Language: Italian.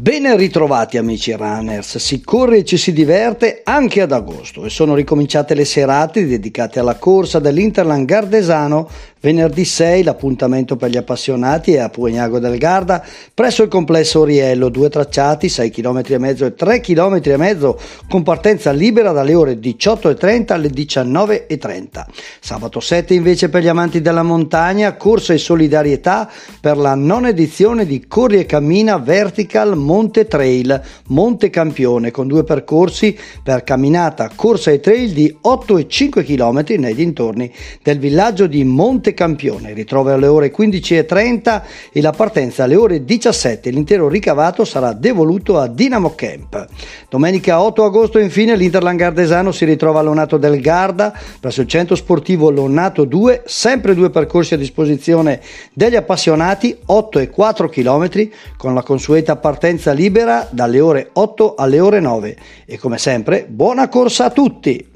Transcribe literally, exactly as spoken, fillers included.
Ben ritrovati amici runners, si corre e ci si diverte anche ad agosto e sono ricominciate le serate dedicate alla corsa dell'Interland Gardesano. Venerdì sei l'appuntamento per gli appassionati è a Pugnago del Garda presso il complesso Oriello, due tracciati, sei chilometri e mezzo e tre chilometri e mezzo con partenza libera dalle ore diciotto e trenta alle diciannove e trenta. Sabato sette invece per gli amanti della montagna, corsa e solidarietà per la nona edizione di Corri e Cammina Vertical Monte Trail Monte Campione, con due percorsi per camminata, corsa e trail di otto e cinque chilometri nei dintorni del villaggio di Monte Campione. Il ritrovo alle ore quindici e trenta e la partenza alle ore diciassette. L'intero ricavato sarà devoluto a Dynamo Camp. Domenica otto agosto infine l'Interland Gardesano si ritrova all'Onato del Garda presso il centro sportivo Lonnato due, sempre due percorsi a disposizione degli appassionati, otto e quattro chilometri con la consueta partenza libera dalle ore otto alle ore nove. E come sempre buona corsa a tutti!